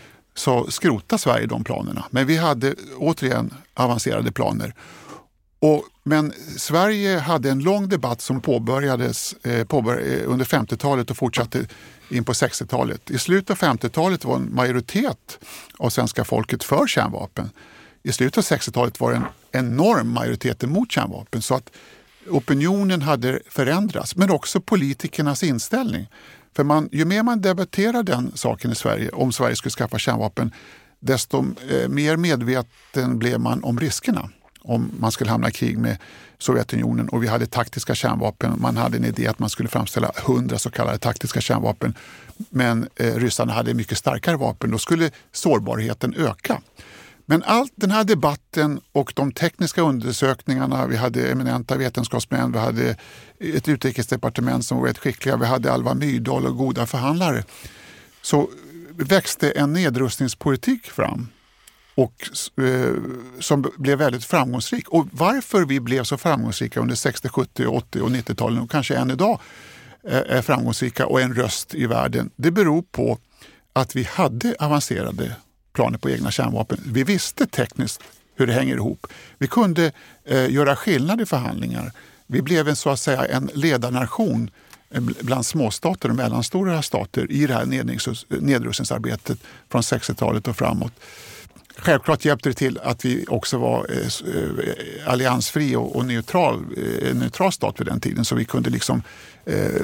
så skrotade Sverige de planerna. Men vi hade återigen avancerade planer. Och, men Sverige hade en lång debatt som påbörjades eh, påbör- under femtiotalet och fortsatte in på sextiotalet. I slutet av femtiotalet var en majoritet av svenska folket för kärnvapen. I slutet av sextiotalet var det en enorm majoritet emot kärnvapen. Så att opinionen hade förändrats, men också politikernas inställning. För man, ju mer man debatterar den saken i Sverige, om Sverige skulle skaffa kärnvapen, desto eh, mer medveten blev man om riskerna. Om man skulle hamna i krig med Sovjetunionen och vi hade taktiska kärnvapen. Man hade en idé att man skulle framställa hundra så kallade taktiska kärnvapen. Men eh, ryssarna hade mycket starkare vapen. Då skulle sårbarheten öka. Men allt den här debatten och de tekniska undersökningarna, vi hade eminenta vetenskapsmän, vi hade ett utrikesdepartement som var rätt skickliga, vi hade Alva Myrdal och goda förhandlare. Så växte en nedrustningspolitik fram. och eh, som blev väldigt framgångsrik. Och varför vi blev så framgångsrika under sextio, sjuttio, åttio och nittio-talen och kanske än idag eh, är framgångsrika och en röst i världen, det beror på att vi hade avancerade planer på egna kärnvapen. Vi visste tekniskt hur det hänger ihop. Vi kunde eh, göra skillnad i förhandlingar. Vi blev en, så att säga, en ledarnation bland småstater och mellanstora stater i det här nedrustningsarbetet från sextiotalet och framåt. Självklart hjälpte det till att vi också var eh, alliansfri och, och neutral, eh, neutral stat vid den tiden, så vi kunde liksom eh,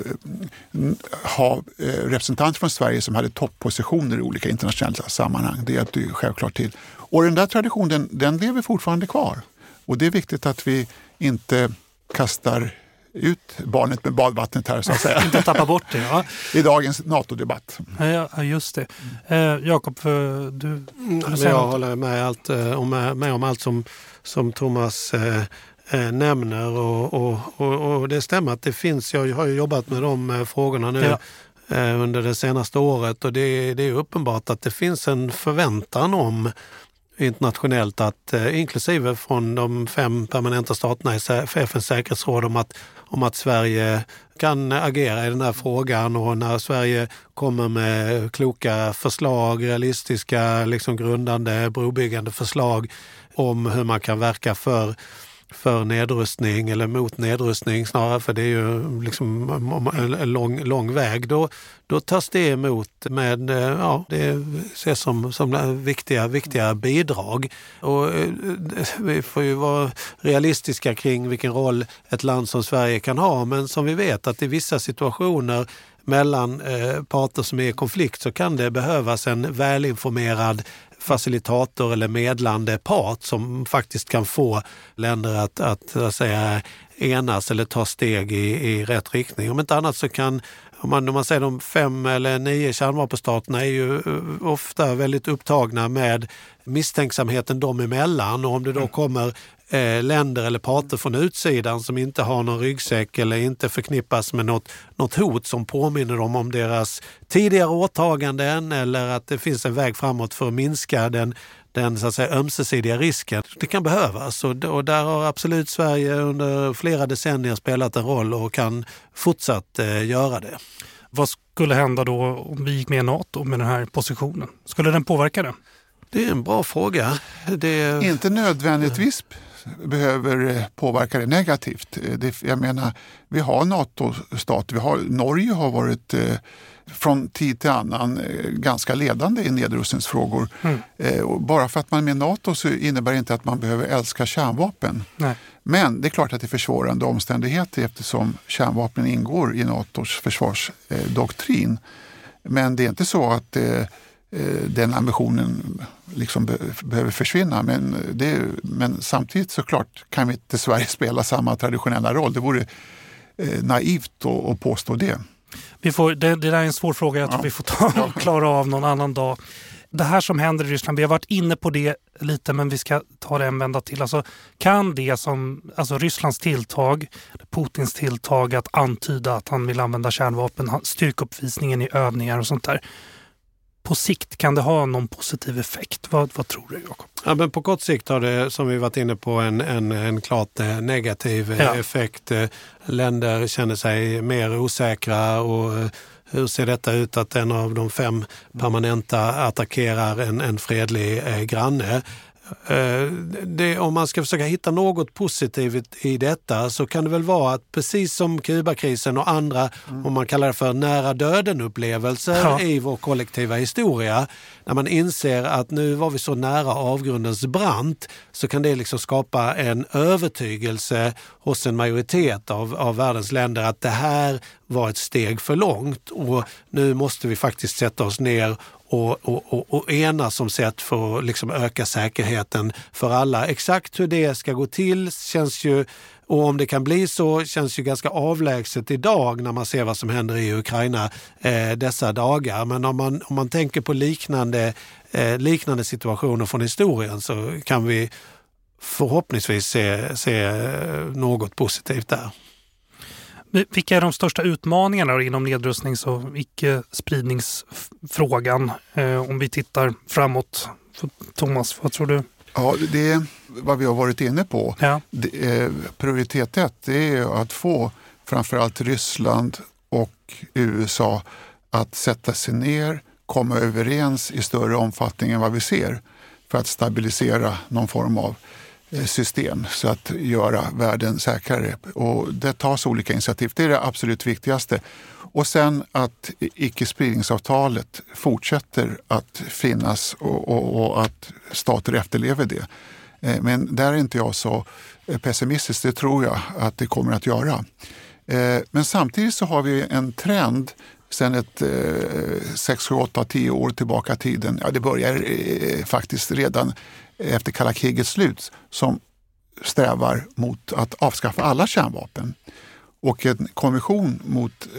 ha eh, representanter från Sverige som hade toppositioner i olika internationella sammanhang. Det hjälpte ju självklart till. Och den där traditionen, den lever fortfarande kvar. Och det är viktigt att vi inte kastar ut barnet med badvattnet här, så att säga. Inte tappa bort det, ja. I dagens NATO-debatt. Ja, just det. Eh, Jakob, du... Mm, jag håller med, allt, om, med om allt som, som Thomas eh, nämner och, och, och, och det stämmer att det finns, jag har ju jobbat med de frågorna nu ja. eh, under det senaste året, och det, det är uppenbart att det finns en förväntan om internationellt, att eh, inklusive från de fem permanenta staterna i F N:s säkerhetsråd, om att, om att Sverige kan agera i den här frågan, och när Sverige kommer med kloka förslag, realistiska, liksom grundande, brobyggande förslag om hur man kan verka för för nedrustning eller mot nedrustning snarare, för det är ju liksom en lång, lång väg. Då, då tas det emot med, ja, det ses som, som viktiga, viktiga bidrag. Och vi får ju vara realistiska kring vilken roll ett land som Sverige kan ha, men som vi vet att i vissa situationer mellan eh, parter som är i konflikt så kan det behövas en välinformerad facilitator eller medlande part som faktiskt kan få länder att, att, att säga, enas eller ta steg i, i rätt riktning. Om inte annat så kan, om man, om man säger de fem eller nio kärnvapenstaterna är ju ofta väldigt upptagna med misstänksamheten dem emellan, och om det då kommer eh, länder eller parter från utsidan som inte har någon ryggsäck eller inte förknippas med något, något hot som påminner dem om deras tidigare åtaganden, eller att det finns en väg framåt för att minska den, den så att säga, ömsesidiga risken. Det kan behövas, och, och där har absolut Sverige under flera decennier spelat en roll och kan fortsatt eh, göra det. Vad skulle hända då om vi gick med i NATO med den här positionen? Skulle den påverka det? Det är en bra fråga. Det... Inte nödvändigtvis behöver påverka det negativt. Det, jag menar, vi har NATO-stater. Vi har, Norge har varit eh, från tid till annan eh, ganska ledande i nedrustningsfrågor. Mm. Eh, och bara för att man är med i NATO så innebär det inte att man behöver älska kärnvapen. Nej. Men det är klart att det är försvårande omständigheter eftersom kärnvapen ingår i NATOs försvarsdoktrin. Eh, Men det är inte så att eh, den ambitionen liksom be- behöver försvinna. Men, det, men samtidigt såklart kan vi inte Sverige spela samma traditionella roll. Det vore eh, naivt att, att påstå det. Vi får, det. Det där är en svår fråga. Jag tror ja. vi får ta och klara av någon annan dag. Det här som händer i Ryssland, vi har varit inne på det lite, men vi ska ta det en vända till. Alltså, kan det som, alltså Rysslands tilltag, Putins tilltag att antyda att han vill använda kärnvapen, styrkeuppvisningen i övningar och sånt där, på sikt kan det ha någon positiv effekt? Vad, vad tror du, Jakob? Ja, men på kort sikt har det, som vi varit inne på, en, en, en klart negativ ja. effekt. Länder känner sig mer osäkra, och hur ser detta ut att en av de fem permanenta attackerar en, en fredlig eh, granne? Det, om man ska försöka hitta något positivt i detta, så kan det väl vara att precis som Kubakrisen och andra, mm. om man kallar det för nära döden-upplevelser ja. i vår kollektiva historia, när man inser att nu var vi så nära avgrundens brant, så kan det liksom skapa en övertygelse hos en majoritet av, av världens länder att det här var ett steg för långt, och nu måste vi faktiskt sätta oss ner Och, och, och, och enas som sätt för att liksom öka säkerheten för alla. Exakt hur det ska gå till känns ju, och om det kan bli så, känns ju ganska avlägset idag när man ser vad som händer i Ukraina eh, dessa dagar. Men om man, om man tänker på liknande, eh, liknande situationer från historien, så kan vi förhoppningsvis se, se något positivt där. Vilka är de största utmaningarna inom nedrustnings- och icke-spridningsfrågan eh, om vi tittar framåt Thomas, vad tror du? Ja, det är vad vi har varit inne på. Ja. Det är, prioritet ett det är att få framförallt Ryssland och U S A att sätta sig ner, komma överens i större omfattning än vad vi ser för att stabilisera någon form av system så att göra världen säkrare. Och det tas olika initiativ. Det är det absolut viktigaste. Och sen att icke-spridningsavtalet fortsätter att finnas och, och, och att stater efterlever det. Men där är inte jag så pessimistisk. Det tror jag att det kommer att göra. Men samtidigt så har vi en trend sen ett sex, sju, åtta, tio år tillbaka i tiden. Ja, det börjar faktiskt redan efter kalla krigets slut som strävar mot att avskaffa alla kärnvapen. Och en kommission mot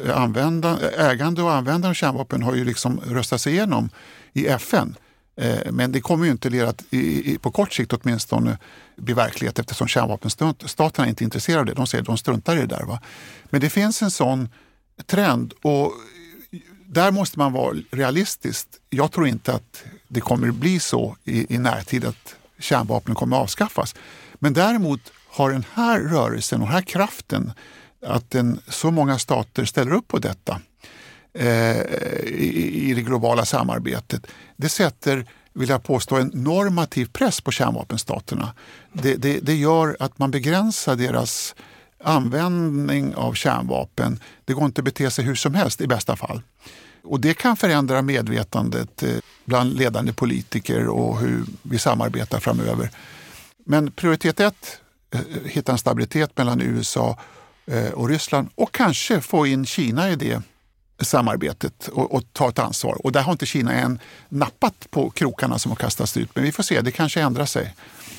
ägande och användande av kärnvapen har ju liksom röstats igenom i F N. Men det kommer ju inte leda på kort sikt åtminstone bli verklighet eftersom kärnvapenstaterna inte är intresserade av det. De säger att de struntar i det där. Va? Men det finns en sån trend och där måste man vara realistisk. Jag tror inte att det kommer bli så i, i närtid att kärnvapen kommer att avskaffas. Men däremot har den här rörelsen och den här kraften att den, så många stater ställer upp på detta eh, i, i det globala samarbetet. Det sätter, vill jag påstå, en normativ press på kärnvapenstaterna. Det, det, det gör att man begränsar deras användning av kärnvapen. Det går inte att bete sig hur som helst i bästa fall. Och det kan förändra medvetandet bland ledande politiker och hur vi samarbetar framöver. Men prioritet ett, hitta en stabilitet mellan U S A och Ryssland och kanske få in Kina i det samarbetet och, och ta ett ansvar. Och där har inte Kina än nappat på krokarna som har kastats ut. Men vi får se, det kanske ändrar sig.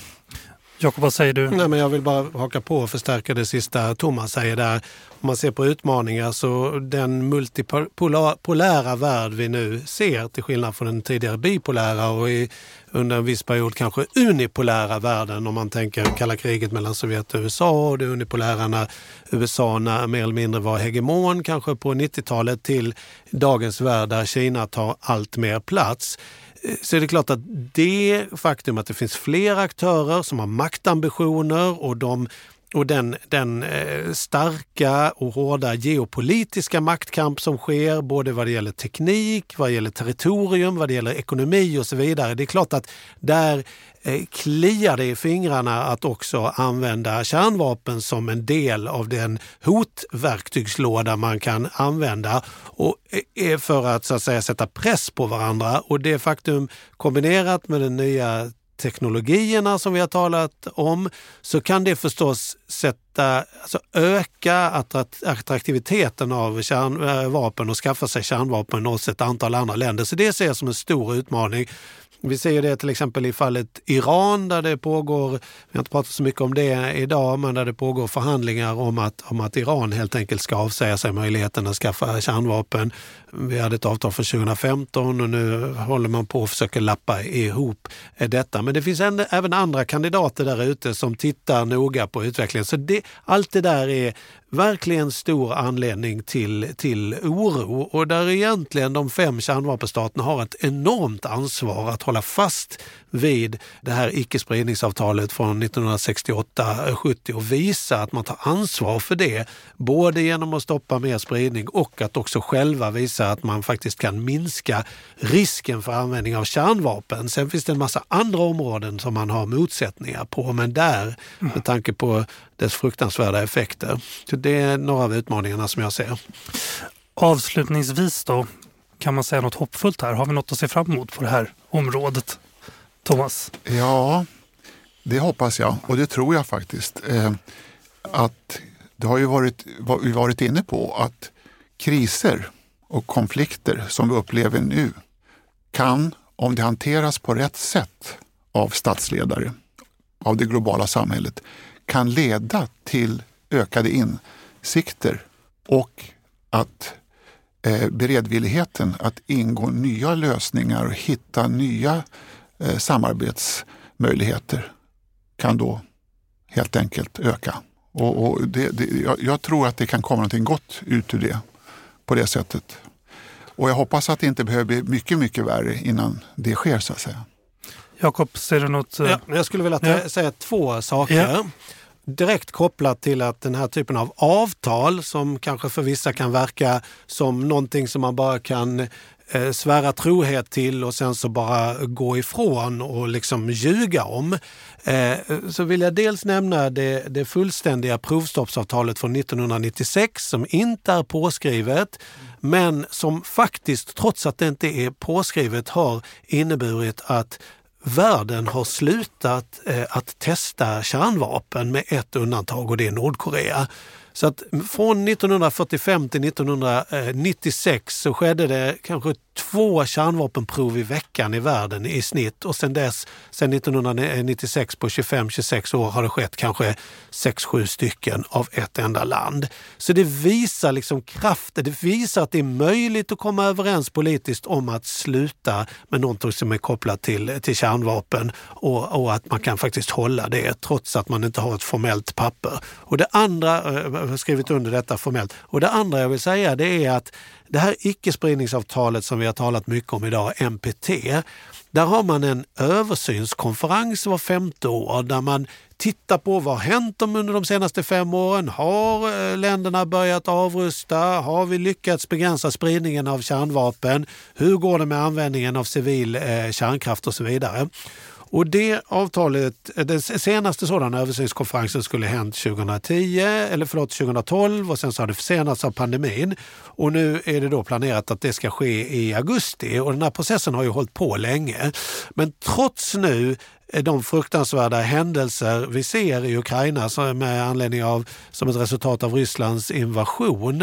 Jakob, vad säger du? Nej, men jag vill bara haka på och förstärka det sista Thomas säger där. Om man ser på utmaningar så den multipolära värld vi nu ser till skillnad från den tidigare bipolära och i, under en viss period kanske unipolära världen om man tänker kalla kriget mellan Sovjet och U S A och det unipolära när U S A när mer eller mindre var hegemon kanske på nittiotalet till dagens värld där Kina tar allt mer plats. Så är det klart att det faktum att det finns fler aktörer som har maktambitioner och, de, och den, den eh, starka och hårda geopolitiska maktkamp som sker både vad det gäller teknik, vad det gäller territorium, vad det gäller ekonomi och så vidare. Det är klart att där eh, kliar det i fingrarna att också använda kärnvapen som en del av den hotverktygslåda man kan använda och eh, för att så att säga sätta press på varandra. Och det faktum kombinerat med den nya teknologierna som vi har talat om så kan det förstås sätta, alltså öka attraktiviteten av kärnvapen och skaffa sig kärnvapen hos ett antal andra länder. Så det ser jag som en stor utmaning. Vi ser det till exempel i fallet Iran där det pågår, vi har inte pratat så mycket om det idag, men där det pågår förhandlingar om att, om att Iran helt enkelt ska avsäga sig möjligheten att skaffa kärnvapen. Vi hade ett avtal för tjugohundrafemton och nu håller man på att försöka lappa ihop detta. Men det finns en, även andra kandidater där ute som tittar noga på utvecklingen. Så det, allt det där är verkligen stor anledning till, till oro och där egentligen de fem kärnvapenstaterna har ett enormt ansvar att hålla fast vid det här icke-spridningsavtalet från nittonhundrasextioåtta sjuttio och visa att man tar ansvar för det både genom att stoppa mer spridning och att också själva visa att man faktiskt kan minska risken för användning av kärnvapen. Sen finns det en massa andra områden som man har motsättningar på men där med tanke på dess fruktansvärda effekter. Så det är några av utmaningarna som jag ser. Avslutningsvis då, kan man säga något hoppfullt här? Har vi något att se fram emot på det här området? Thomas? Ja, det hoppas jag och det tror jag faktiskt. Eh, att det har ju varit, vi varit inne på att kriser och konflikter som vi upplever nu kan, om det hanteras på rätt sätt av statsledare, av det globala samhället, kan leda till ökade insikter och att eh, beredvilligheten att ingå nya lösningar och hitta nya eh, samarbetsmöjligheter kan då helt enkelt öka. Och, och det, det, jag, jag tror att det kan komma något gott ut ur det på det sättet. Och jag hoppas att det inte behöver bli mycket, mycket värre innan det sker så att säga. Jakob, ser du något? Ja, jag skulle vilja ja. säga två saker. Ja. Direkt kopplat till att den här typen av avtal som kanske för vissa kan verka som någonting som man bara kan eh, svära trohet till och sen så bara gå ifrån och liksom ljuga om. Eh, så vill jag dels nämna det, det fullständiga provstoppsavtalet från nittonhundranittiosex som inte är påskrivet men som faktiskt, trots att det inte är påskrivet, har inneburit att världen har slutat eh, att testa kärnvapen med ett undantag och det är Nordkorea. Så att från nittonhundrafyrtiofem till nittonhundranittiosex så skedde det kanske två kärnvapenprov i veckan i världen i snitt och sen dess, sen nittonhundranittiosex på tjugofem till tjugosex år har det skett kanske sex sju stycken av ett enda land. Så det visar liksom kraften, det visar att det är möjligt att komma överens politiskt om att sluta med något som är kopplat till, till kärnvapen och, och att man kan faktiskt hålla det trots att man inte har ett formellt papper. Och det andra, jag har skrivit under detta formellt, och det andra jag vill säga det är att det här icke-spridningsavtalet som vi har talat mycket om idag, N P T, där har man en översynskonferens var femte år där man tittar på vad har hänt under de senaste fem åren. Har länderna börjat avrusta? Har vi lyckats begränsa spridningen av kärnvapen? Hur går det med användningen av civil eh, kärnkraft och så vidare? Och det avtalet, den senaste sådana översynskonferensen skulle hänt tjugohundratio, eller förlåt tjugotolv och sen så har det försenats av pandemin. Och nu är det då planerat att det ska ske i augusti och den här processen har ju hållit på länge. Men trots nu de fruktansvärda händelser vi ser i Ukraina som med anledning av som ett resultat av Rysslands invasion,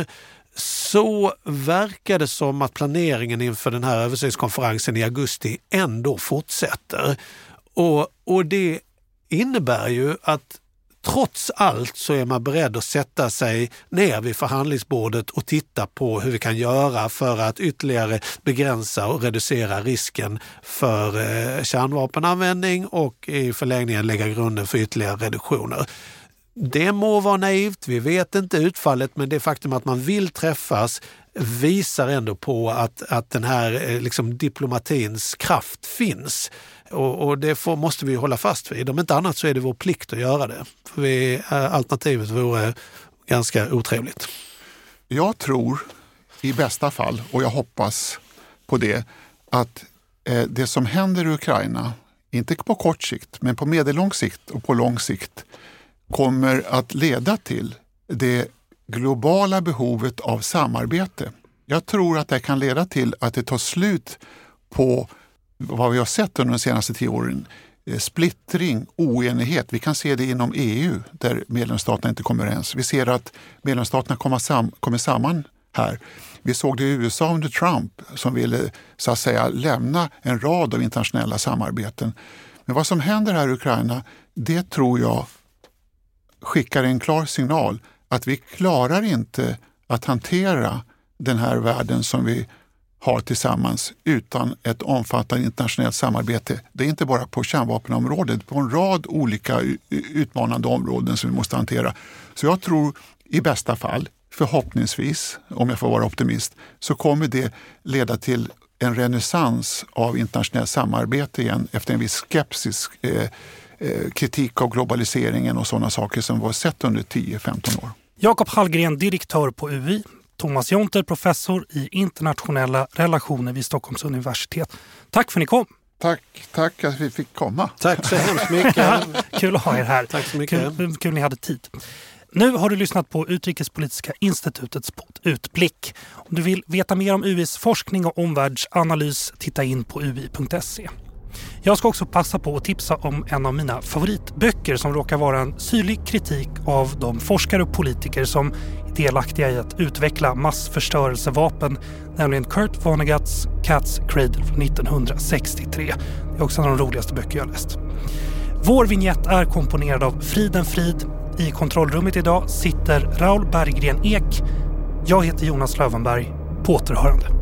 så verkar det som att planeringen inför den här översynskonferensen i augusti ändå fortsätter. Och, och det innebär ju att trots allt så är man beredd att sätta sig ner vid förhandlingsbordet och titta på hur vi kan göra för att ytterligare begränsa och reducera risken för eh, kärnvapenanvändning och i förlängningen lägga grunden för ytterligare reduktioner. Det må vara naivt, vi vet inte utfallet, men det faktum att man vill träffas visar ändå på att, att den här liksom, diplomatins kraft finns. Och, och det får, måste vi hålla fast vid. Om inte annat så är det vår plikt att göra det. För vi, alternativet vore ganska otrevligt. Jag tror i bästa fall, och jag hoppas på det, att eh, det som händer i Ukraina, inte på kort sikt, men på medellång sikt och på lång sikt, kommer att leda till det globala behovet av samarbete. Jag tror att det kan leda till att det tar slut på vad vi har sett under de senaste tio åren. Splittring, oenighet. Vi kan se det inom E U där medlemsstaterna inte kommer överens. Vi ser att medlemsstaterna kommer, sam- kommer samman här. Vi såg det i U S A under Trump som ville så att säga lämna en rad av internationella samarbeten. Men vad som händer här i Ukraina, det tror jag skickar en klar signal att vi klarar inte att hantera den här världen som vi har tillsammans utan ett omfattande internationellt samarbete. Det är inte bara på kärnvapenområdet, på en rad olika utmanande områden som vi måste hantera. Så jag tror i bästa fall, förhoppningsvis, om jag får vara optimist, så kommer det leda till en renässans av internationellt samarbete igen efter en viss skepsis, eh, kritik av globaliseringen och sådana saker som var sett under tio femton år. Jakob Hallgren, direktör på U I. Thomas Jonter, professor i internationella relationer vid Stockholms universitet. Tack för att ni kom. Tack, tack att vi fick komma. Tack så hemskt mycket. Kul att ha er här. Tack så mycket. Kul, kul ni hade tid. Nu har du lyssnat på Utrikespolitiska institutets podd Utblick. Om du vill veta mer om U I:s forskning och omvärldsanalys, titta in på u i punkt se. Jag ska också passa på att tipsa om en av mina favoritböcker som råkar vara en syrlig kritik av de forskare och politiker som är delaktiga i att utveckla massförstörelsevapen, nämligen Kurt Vonnegut's Cat's Cradle från nittonhundrasextiotre. Det är också en av de roligaste böcker jag läst. Vår vignett är komponerad av Friden Frid. I kontrollrummet idag sitter Raoul Berggren Ek. Jag heter Jonas Lövenberg. På återhörande.